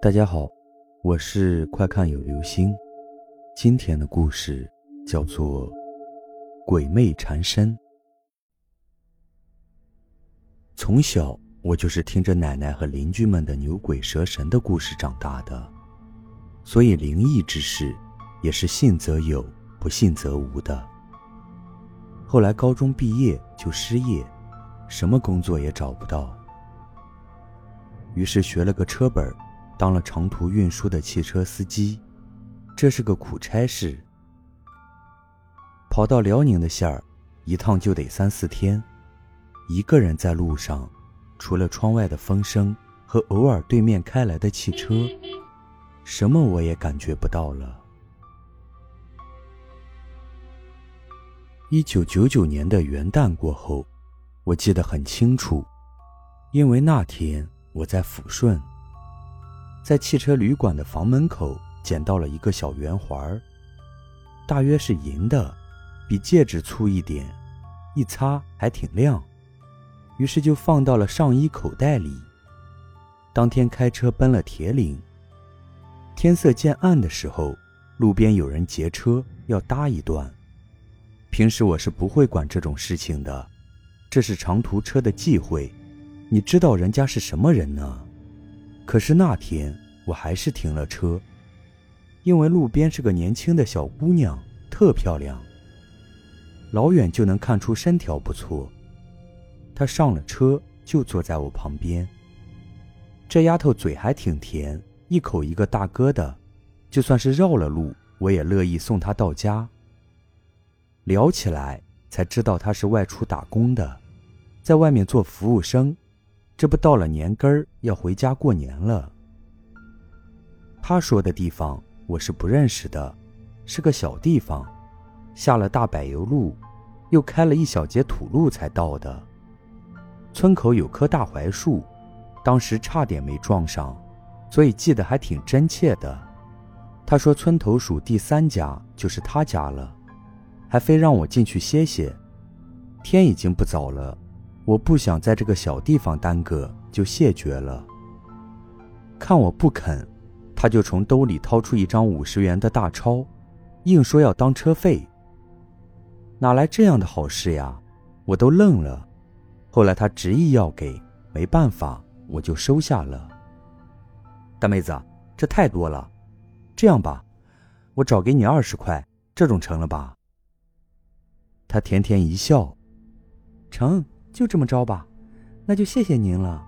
大家好，我是快看有流星。今天的故事叫做鬼魅缠身。从小我就是听着奶奶和邻居们的牛鬼蛇神的故事长大的，所以灵异之事也是信则有，不信则无的。后来高中毕业就失业，什么工作也找不到，于是学了个车本，当了长途运输的汽车司机。这是个苦差事，跑到辽宁的线儿，一趟就得3-4天。一个人在路上，除了窗外的风声和偶尔对面开来的汽车，什么我也感觉不到了。1999年的元旦过后，我记得很清楚，因为那天我在抚顺，在汽车旅馆的房门口捡到了一个小圆环，大约是银的，比戒指粗一点，一擦还挺亮，于是就放到了上衣口袋里。当天开车奔了铁岭，天色渐暗的时候，路边有人劫车要搭一段。平时我是不会管这种事情的，这是长途车的忌讳，你知道人家是什么人呢？可是那天我还是停了车，因为路边是个年轻的小姑娘，特漂亮，老远就能看出身条不错。她上了车就坐在我旁边，这丫头嘴还挺甜，一口一个大哥的，就算是绕了路我也乐意送她到家。聊起来才知道她是外出打工的，在外面做服务生，这不到了年根儿要回家过年了。她说的地方我是不认识的，是个小地方，下了大柏油路，又开了一小节土路才到的。村口有棵大槐树，当时差点没撞上，所以记得还挺真切的。她说村头属第3家就是她家了，还非让我进去歇歇。天已经不早了，我不想在这个小地方耽搁，就谢绝了。看我不肯，他就从兜里掏出一张50元的大钞，硬说要当车费。哪来这样的好事呀？我都愣了。后来他执意要给，没办法，我就收下了。大妹子，这太多了，这样吧，我找给你20块，这种成了吧？他甜甜一笑，成，就这么着吧，那就谢谢您了。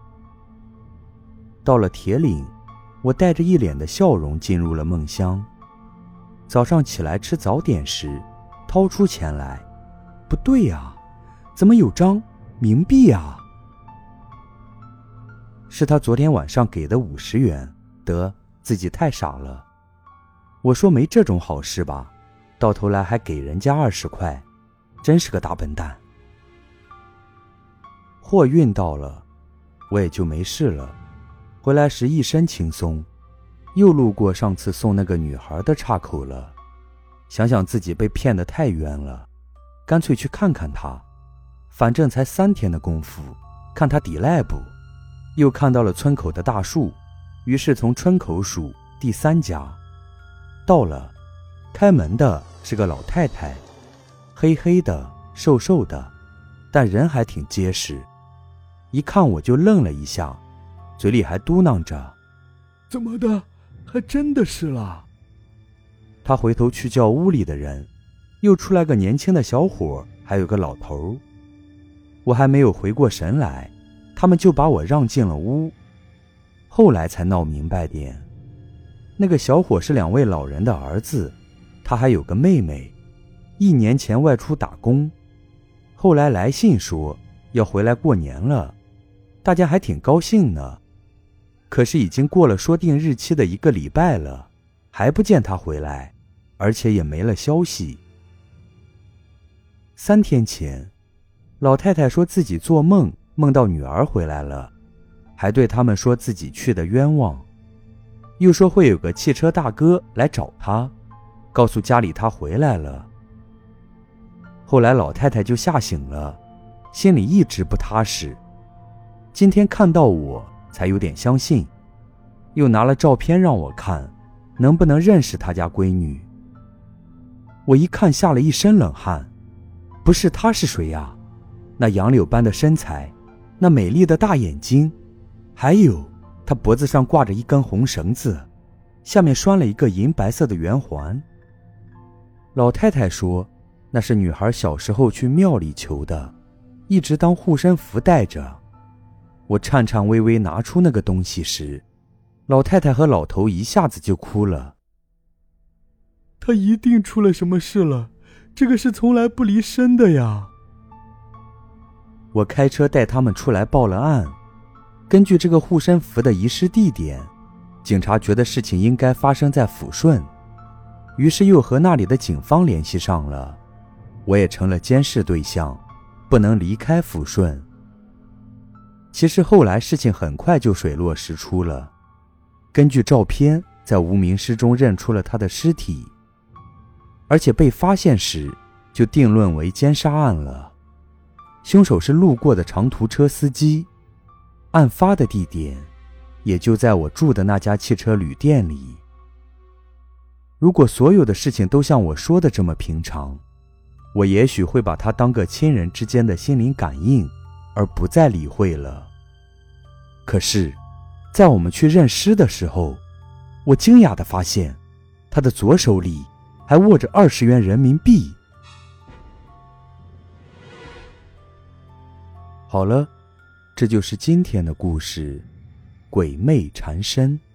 到了铁岭，我带着一脸的笑容进入了梦乡。早上起来吃早点时，掏出钱来，不对呀，怎么有张冥币啊？是他昨天晚上给的50元，得，自己太傻了。我说没这种好事吧，到头来还给人家20块，真是个大笨蛋。货运到了，我也就没事了。回来时一身轻松，又路过上次送那个女孩的岔口了，想想自己被骗得太冤了，干脆去看看她。反正才3天的功夫，看她抵赖不。又看到了村口的大树，于是从村口属第3家。到了，开门的是个老太太，黑黑的，瘦瘦的，但人还挺结实。一看我就愣了一下，嘴里还嘟囔着： 怎么的，还真的是了。 他回头去叫屋里的人，又出来个年轻的小伙，还有个老头。我还没有回过神来，他们就把我让进了屋。后来才闹明白点，那个小伙是2位老人的儿子，他还有个妹妹，1年前外出打工，后来来信说要回来过年了，大家还挺高兴呢。可是已经过了说定日期的1个礼拜了，还不见他回来，而且也没了消息。3天前，老太太说自己做梦，梦到女儿回来了，还对他们说自己去的冤枉，又说会有个汽车大哥来找她，告诉家里她回来了。后来老太太就吓醒了，心里一直不踏实，今天看到我才有点相信。 又拿了照片让我看，能不能认识他家闺女。我一看吓了一身冷汗，不是她是谁呀？那杨柳般的身材，那美丽的大眼睛，还有她脖子上挂着一根红绳子，下面拴了一个银白色的圆环。老太太说那是女孩小时候去庙里求的，一直当护身符带着。我颤颤巍巍拿出那个东西时，老太太和老头一下子就哭了。 他一定出了什么事了，这个是从来不离身的呀。 我开车带他们出来报了案。根据这个护身符的遗失地点，警察觉得事情应该发生在抚顺，于是又和那里的警方联系上了。我也成了监视对象，不能离开抚顺。其实后来事情很快就水落石出了，根据照片在无名尸中认出了他的尸体，而且被发现时就定论为奸杀案了。凶手是路过的长途车司机，案发的地点也就在我住的那家汽车旅店里。如果所有的事情都像我说的这么平常，我也许会把它当个亲人之间的心灵感应，而不再理会了。可是在我们去认尸的时候，我惊讶地发现他的左手里还握着20元人民币。好了，这就是今天的故事，鬼魅缠身。